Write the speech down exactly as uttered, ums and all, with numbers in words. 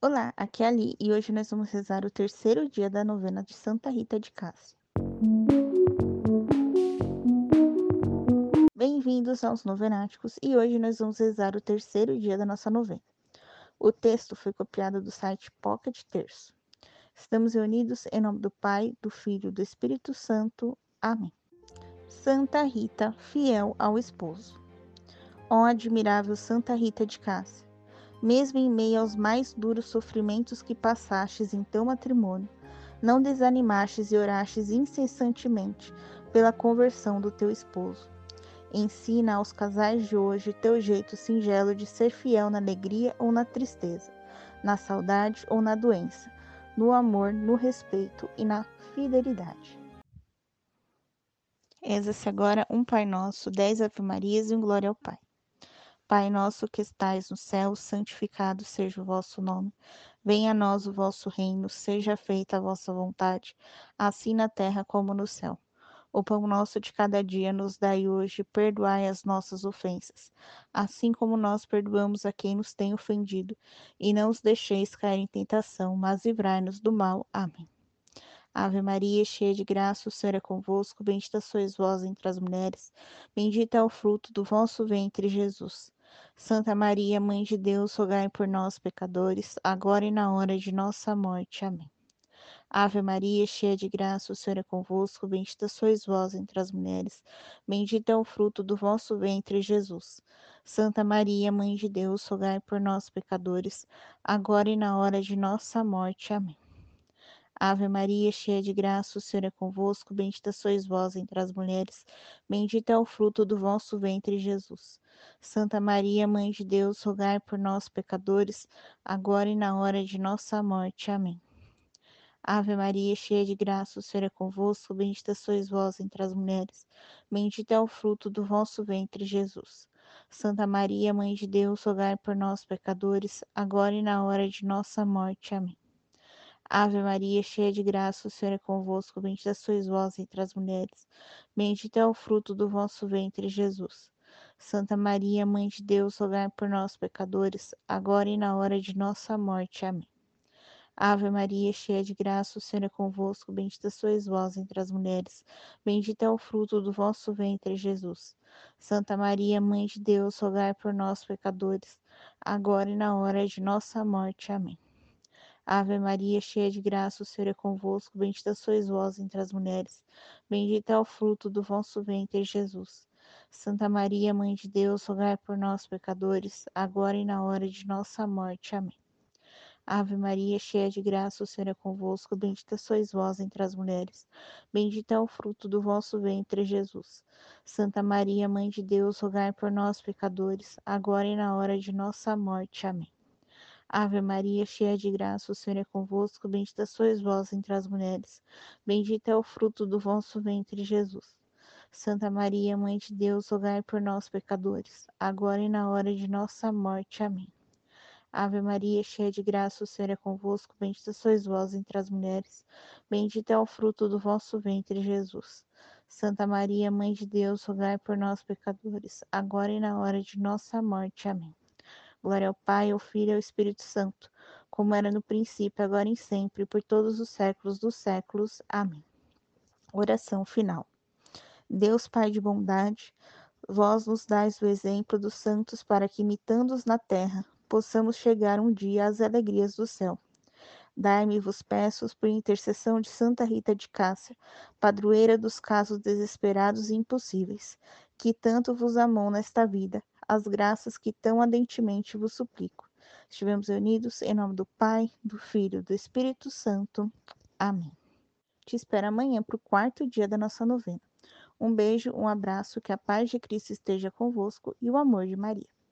Olá, aqui é a Ali e hoje nós vamos rezar o terceiro dia da novena de Santa Rita de Cássia. Bem-vindos aos Novenáticos e hoje nós vamos rezar o terceiro dia da nossa novena. O texto foi copiado do site Pocket Terço. Estamos reunidos em nome do Pai, do Filho e do Espírito Santo. Amém. Santa Rita, fiel ao esposo. Ó admirável Santa Rita de Cássia, mesmo em meio aos mais duros sofrimentos que passastes em teu matrimônio, não desanimastes e orastes incessantemente pela conversão do teu esposo. Ensina aos casais de hoje teu jeito singelo de ser fiel na alegria ou na tristeza, na saudade ou na doença, no amor, no respeito e na fidelidade. Reza-se agora um Pai Nosso, dez Ave-Marias e um Glória ao Pai. Pai nosso que estais no céu, santificado seja o vosso nome. Venha a nós o vosso reino, seja feita a vossa vontade, assim na terra como no céu. O pão nosso de cada dia nos dai hoje, perdoai as nossas ofensas, assim como nós perdoamos a quem nos tem ofendido, e não os deixeis cair em tentação, mas livrai-nos do mal. Amém. Ave Maria, cheia de graça, o Senhor é convosco, bendita sois vós entre as mulheres, bendito é o fruto do vosso ventre, Jesus. Santa Maria, Mãe de Deus, rogai por nós, pecadores, agora e na hora de nossa morte. Amém. Ave Maria, cheia de graça, o Senhor é convosco, bendita sois vós entre as mulheres, bendito é o fruto do vosso ventre, Jesus. Santa Maria, Mãe de Deus, rogai por nós, pecadores, agora e na hora de nossa morte. Amém. Ave Maria, cheia de graça, o Senhor é convosco, bendita sois vós entre as mulheres, bendito é o fruto do vosso ventre, Jesus. Santa Maria, Mãe de Deus, rogai por nós, pecadores, agora e na hora de nossa morte. Amém. Ave Maria, cheia de graça, o Senhor é convosco, bendita sois vós entre as mulheres, bendito é o fruto do vosso ventre, Jesus. Santa Maria, Mãe de Deus, rogai por nós, pecadores, agora e na hora de nossa morte. Amém. Ave Maria, cheia de graça, o Senhor é convosco, bendita sois vós entre as mulheres, bendito é o fruto do vosso ventre, Jesus. Santa Maria, Mãe de Deus, rogai por nós, pecadores, agora e na hora de nossa morte. Amém. Ave Maria, cheia de graça, o Senhor é convosco, bendita sois vós entre as mulheres, bendito é o fruto do vosso ventre, Jesus. Santa Maria, Mãe de Deus, rogai por nós, pecadores, agora e na hora de nossa morte. Amém. Ave Maria, cheia de graça, o Senhor é convosco, bendita sois vós entre as mulheres, bendito é o fruto do vosso ventre, Jesus. Santa Maria, Mãe de Deus, rogai por nós, pecadores, agora e na hora de nossa morte. Amém. Ave Maria, cheia de graça, o Senhor é convosco, bendita sois vós entre as mulheres, bendito é o fruto do vosso ventre, Jesus. Santa Maria, Mãe de Deus, rogai por nós, pecadores, agora e na hora de nossa morte. Amém. Ave Maria, cheia de graça, o Senhor é convosco, bendita sois vós entre as mulheres, bendito é o fruto do vosso ventre, Jesus. Santa Maria, Mãe de Deus, rogai por nós, pecadores, agora e na hora de nossa morte. Amém. Ave Maria, cheia de graça, o Senhor é convosco, bendita sois vós entre as mulheres, bendito é o fruto do vosso ventre, Jesus. Santa Maria, Mãe de Deus, rogai por nós, pecadores, agora e na hora de nossa morte. Amém. Glória ao Pai, ao Filho e ao Espírito Santo, como era no princípio, agora e sempre, por todos os séculos dos séculos. Amém. Oração final. Deus Pai de bondade, vós nos dais o exemplo dos santos para que, imitando-os na terra, possamos chegar um dia às alegrias do céu. Dai-me, vos peço, por intercessão de Santa Rita de Cássia, padroeira dos casos desesperados e impossíveis, que tanto vos amou nesta vida, as graças que tão ardentemente vos suplico. Estivemos reunidos em nome do Pai, do Filho e do Espírito Santo. Amém. Te espero amanhã para o quarto dia da nossa novena. Um beijo, um abraço, que a paz de Cristo esteja convosco e o amor de Maria.